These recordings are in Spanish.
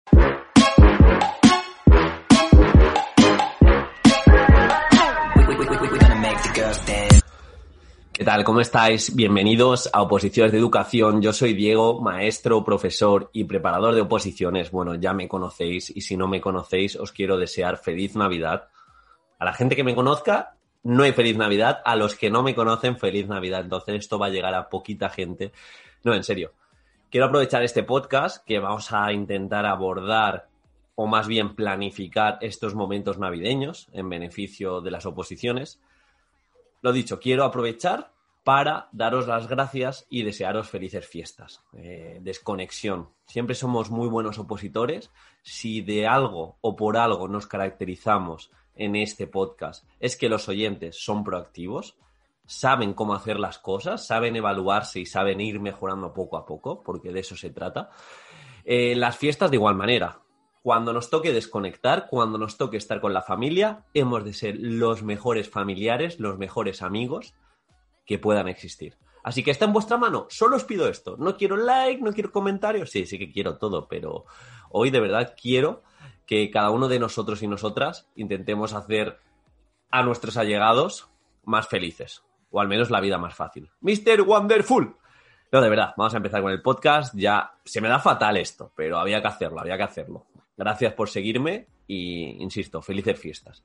¿Qué tal? ¿Cómo estáis? Bienvenidos a Oposiciones de Educación. Yo soy Diego, maestro, profesor y preparador de oposiciones. Bueno, ya me conocéis y si no me conocéis os quiero desear feliz Navidad. A la gente que me conozca, no hay feliz Navidad. A los que no me conocen, feliz Navidad. Entonces esto va a llegar a poquita gente. No, en serio. Quiero aprovechar este podcast que vamos a intentar abordar o más bien planificar estos momentos navideños en beneficio de las oposiciones. Lo dicho, quiero aprovechar para daros las gracias y desearos felices fiestas. Desconexión. Siempre somos muy buenos opositores. Si de algo o por algo nos caracterizamos en este podcast es que los oyentes son proactivos, saben cómo hacer las cosas, saben evaluarse y saben ir mejorando poco a poco, porque de eso se trata. Las fiestas de igual manera. Cuando nos toque desconectar, cuando nos toque estar con la familia, hemos de ser los mejores familiares, los mejores amigos que puedan existir. Así que está en vuestra mano. Solo os pido esto. No quiero like, no quiero comentarios. Sí que quiero todo, pero hoy de verdad quiero que cada uno de nosotros y nosotras intentemos hacer a nuestros allegados más felices. O al menos la vida más fácil. ¡Mr. Wonderful! No, de verdad, vamos a empezar con el podcast. Ya se me da fatal esto, pero había que hacerlo. Gracias por seguirme y, insisto, felices fiestas.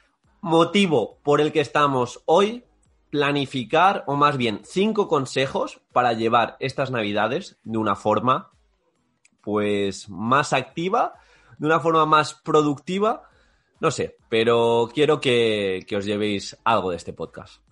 Motivo por el que estamos hoy, planificar, o más bien 5 consejos para llevar estas Navidades de una forma pues más activa, de una forma más productiva, no sé, pero quiero que os llevéis algo de este podcast.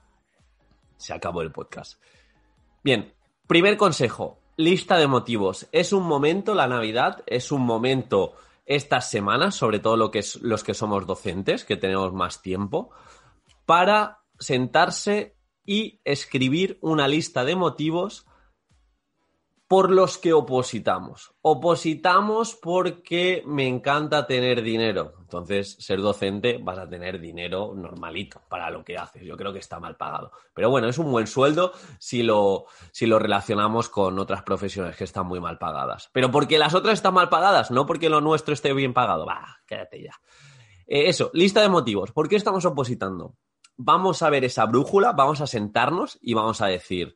Se acabó el podcast. Bien, primer consejo, lista de motivos. Es un momento, la Navidad, es un momento estas semanas, sobre todo los que somos docentes, que tenemos más tiempo, para sentarse y escribir una lista de motivos por los que opositamos. Opositamos porque me encanta tener dinero. Entonces, ser docente vas a tener dinero normalito para lo que haces. Yo creo que está mal pagado. Pero bueno, es un buen sueldo si lo relacionamos con otras profesiones que están muy mal pagadas. Pero porque las otras están mal pagadas, no porque lo nuestro esté bien pagado. Quédate ya. Eso, lista de motivos. ¿Por qué estamos opositando? Vamos a ver esa brújula, vamos a sentarnos y vamos a decir...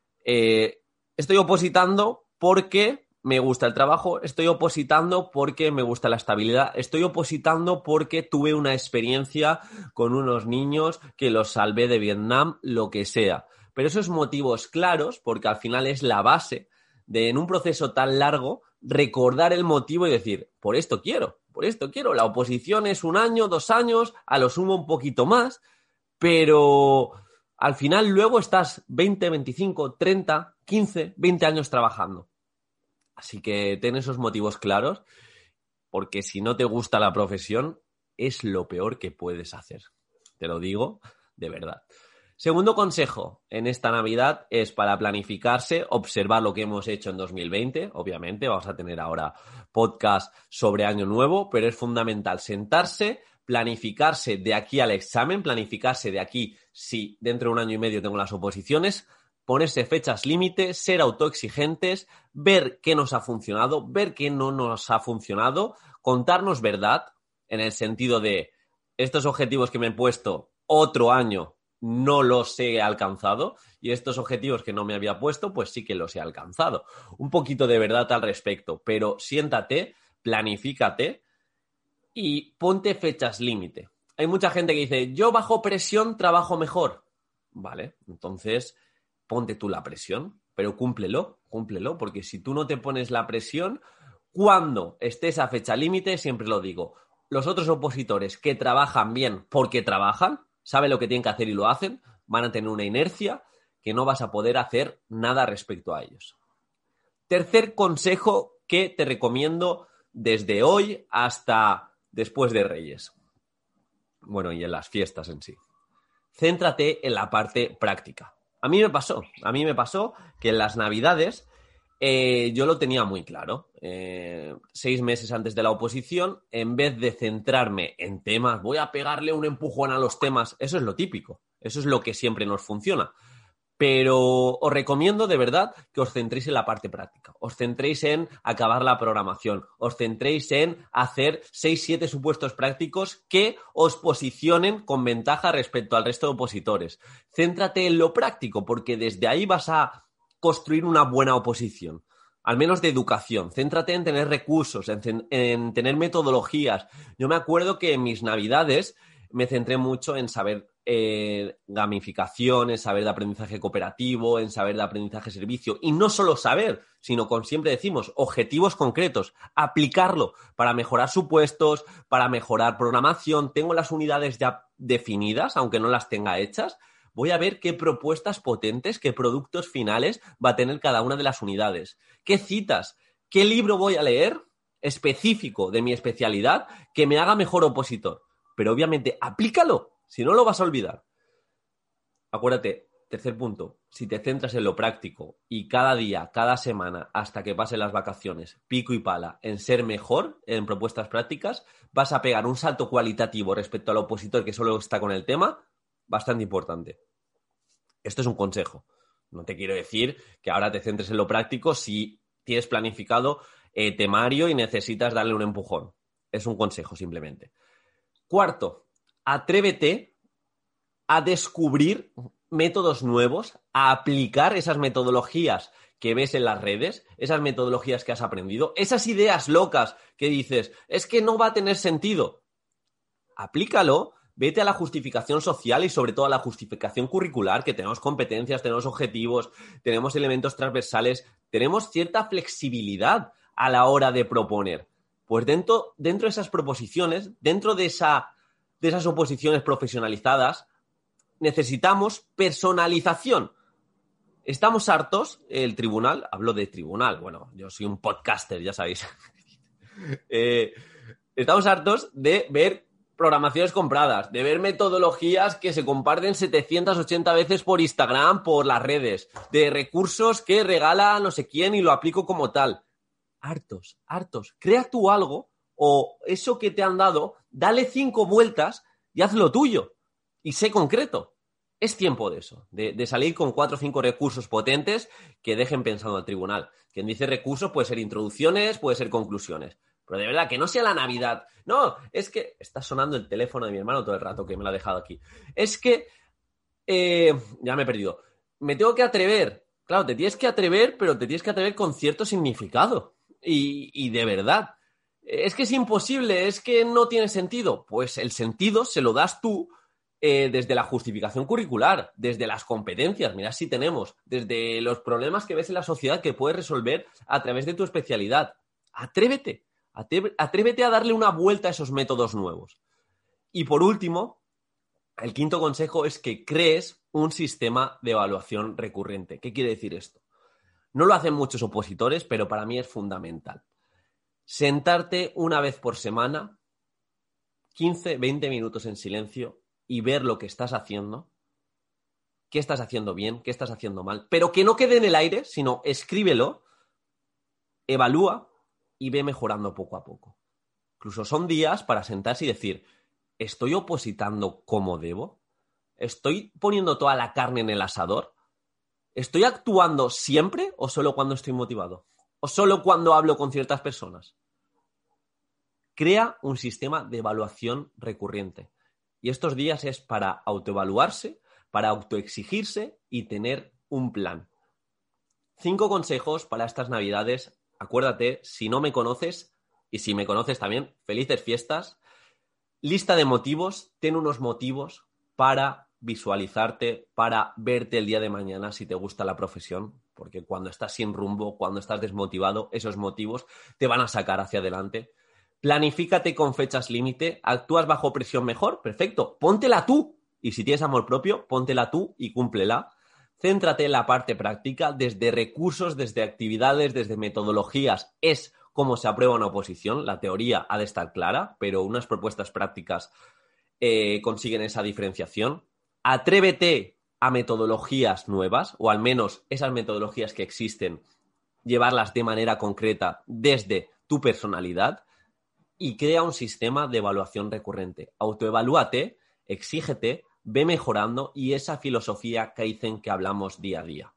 estoy opositando porque me gusta el trabajo, estoy opositando porque me gusta la estabilidad, estoy opositando porque tuve una experiencia con unos niños que los salvé de Vietnam, lo que sea. Pero esos motivos claros, porque al final es la base de, en un proceso tan largo, recordar el motivo y decir, por esto quiero. La oposición es 1 año, 2 años, a lo sumo un poquito más, pero... al final luego estás 20, 25, 30, 15, 20 años trabajando. Así que ten esos motivos claros, porque si no te gusta la profesión, es lo peor que puedes hacer. Te lo digo de verdad. Segundo consejo en esta Navidad es para planificarse, observar lo que hemos hecho en 2020. Obviamente vamos a tener ahora podcast sobre Año Nuevo, pero es fundamental sentarse, planificarse de aquí al examen, planificarse de aquí si dentro de 1 año y medio tengo las oposiciones, ponerse fechas límite, ser autoexigentes, ver qué nos ha funcionado, ver qué no nos ha funcionado, contarnos verdad en el sentido de estos objetivos que me he puesto otro año no los he alcanzado y estos objetivos que no me había puesto pues sí que los he alcanzado. Un poquito de verdad al respecto, pero siéntate, planifícate y ponte fechas límite. Hay mucha gente que dice, yo bajo presión trabajo mejor. Vale, entonces ponte tú la presión, pero cúmplelo, porque si tú no te pones la presión, cuando estés a fecha límite, siempre lo digo, los otros opositores que trabajan bien porque trabajan, saben lo que tienen que hacer y lo hacen, van a tener una inercia que no vas a poder hacer nada respecto a ellos. Tercer consejo que te recomiendo desde hoy hasta después de Reyes. Bueno, y en las fiestas en sí. Céntrate en la parte práctica. A mí me pasó que en las Navidades yo lo tenía muy claro. 6 meses antes de la oposición, en vez de centrarme en temas, voy a pegarle un empujón a los temas, eso es lo típico, eso es lo que siempre nos funciona. Pero os recomiendo de verdad que os centréis en la parte práctica, os centréis en acabar la programación, os centréis en hacer 6-7 supuestos prácticos que os posicionen con ventaja respecto al resto de opositores. Céntrate en lo práctico, porque desde ahí vas a construir una buena oposición, al menos de educación. Céntrate en tener recursos, en tener metodologías. Yo me acuerdo que en mis navidades me centré mucho en saber gamificación, en saber de aprendizaje cooperativo, en saber de aprendizaje servicio. Y no solo saber, sino con, siempre decimos, objetivos concretos. Aplicarlo para mejorar supuestos, para mejorar programación. Tengo las unidades ya definidas, aunque no las tenga hechas. Voy a ver qué propuestas potentes, qué productos finales va a tener cada una de las unidades. ¿Qué citas? ¿Qué libro voy a leer específico de mi especialidad que me haga mejor opositor? Pero obviamente, aplícalo, si no lo vas a olvidar. Acuérdate, tercer punto, si te centras en lo práctico y cada día, cada semana, hasta que pasen las vacaciones, pico y pala, en ser mejor en propuestas prácticas, vas a pegar un salto cualitativo respecto al opositor que solo está con el tema, bastante importante. Esto es un consejo. No te quiero decir que ahora te centres en lo práctico si tienes planificado temario y necesitas darle un empujón. Es un consejo simplemente. Cuarto, atrévete a descubrir métodos nuevos, a aplicar esas metodologías que ves en las redes, esas metodologías que has aprendido, esas ideas locas que dices, es que no va a tener sentido. Aplícalo, vete a la justificación social y sobre todo a la justificación curricular, que tenemos competencias, tenemos objetivos, tenemos elementos transversales, tenemos cierta flexibilidad a la hora de proponer. Pues dentro de esas proposiciones, dentro de esas oposiciones profesionalizadas, necesitamos personalización. Estamos hartos, el tribunal, hablo de tribunal, bueno, yo soy un podcaster, ya sabéis. Estamos hartos de ver programaciones compradas, de ver metodologías que se comparten 780 veces por Instagram, por las redes, de recursos que regala no sé quién y lo aplico como tal. Hartos. Crea tú algo o eso que te han dado, dale 5 vueltas y haz lo tuyo. Y sé concreto. Es tiempo de eso, de salir con 4 o 5 recursos potentes que dejen pensando al tribunal. Quien dice recursos puede ser introducciones, puede ser conclusiones. Pero de verdad, que no sea la Navidad. No, es que está sonando el teléfono de mi hermano todo el rato, que me lo ha dejado aquí. Es que ya me he perdido. Me tengo que atrever. Claro, te tienes que atrever, pero te tienes que atrever con cierto significado. Y de verdad. Es que es imposible, es que no tiene sentido. Pues el sentido se lo das tú desde la justificación curricular, desde las competencias, mirad si tenemos, desde los problemas que ves en la sociedad que puedes resolver a través de tu especialidad. Atrévete a darle una vuelta a esos métodos nuevos. Y por último, el quinto consejo es que crees un sistema de evaluación recurrente. ¿Qué quiere decir esto? No lo hacen muchos opositores, pero para mí es fundamental. Sentarte una vez por semana, 15, 20 minutos en silencio y ver lo que estás haciendo, qué estás haciendo bien, qué estás haciendo mal, pero que no quede en el aire, sino escríbelo, evalúa y ve mejorando poco a poco. Incluso son días para sentarse y decir, ¿estoy opositando como debo? ¿Estoy poniendo toda la carne en el asador? ¿Estoy actuando siempre o solo cuando estoy motivado? ¿O solo cuando hablo con ciertas personas? Crea un sistema de evaluación recurrente. Y estos días es para autoevaluarse, para autoexigirse y tener un plan. 5 consejos para estas Navidades. Acuérdate, si no me conoces, y si me conoces también, felices fiestas. Lista de motivos, ten unos motivos para visualizarte, para verte el día de mañana si te gusta la profesión, porque cuando estás sin rumbo, cuando estás desmotivado, esos motivos te van a sacar hacia adelante. Planifícate con fechas límite, actúas bajo presión mejor, perfecto, póntela tú. Y si tienes amor propio, póntela tú y cúmplela. Céntrate en la parte práctica, desde recursos, desde actividades, desde metodologías. Es cómo se aprueba una oposición. La teoría ha de estar clara, pero unas propuestas prácticas consiguen esa diferenciación. Atrévete a metodologías nuevas, o al menos esas metodologías que existen, llevarlas de manera concreta desde tu personalidad. Y crea un sistema de evaluación recurrente. Autoevalúate, exígete, ve mejorando y esa filosofía Kaizen que hablamos día a día.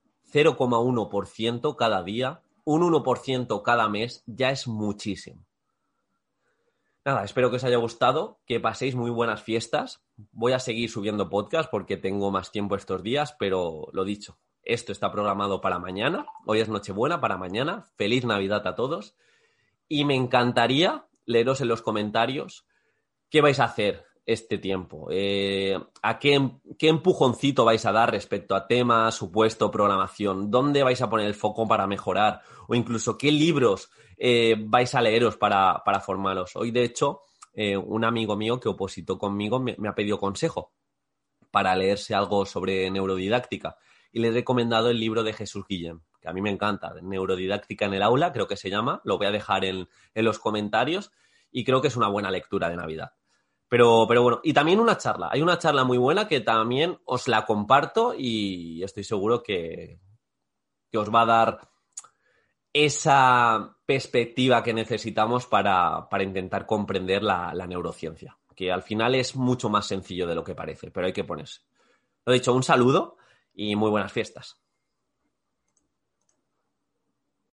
0,1% cada día, un 1% cada mes, ya es muchísimo. Nada, espero que os haya gustado, que paséis muy buenas fiestas. Voy a seguir subiendo podcast porque tengo más tiempo estos días, pero lo dicho, esto está programado para mañana. Hoy es Nochebuena, para mañana. Feliz Navidad a todos. Y me encantaría leeros en los comentarios qué vais a hacer este tiempo. ¿A qué empujoncito vais a dar respecto a temas, supuesto, programación? ¿Dónde vais a poner el foco para mejorar? O incluso, ¿qué libros vais a leeros para formaros? Hoy, de hecho, un amigo mío que opositó conmigo me ha pedido consejo para leerse algo sobre neurodidáctica. Y le he recomendado el libro de Jesús Guillén, que a mí me encanta, Neurodidáctica en el aula, creo que se llama. Lo voy a dejar en los comentarios y creo que es una buena lectura de Navidad. Pero bueno, y también hay una charla muy buena que también os la comparto y estoy seguro que os va a dar esa perspectiva que necesitamos para intentar comprender la neurociencia, que al final es mucho más sencillo de lo que parece, pero hay que ponerse. Lo dicho, un saludo y muy buenas fiestas.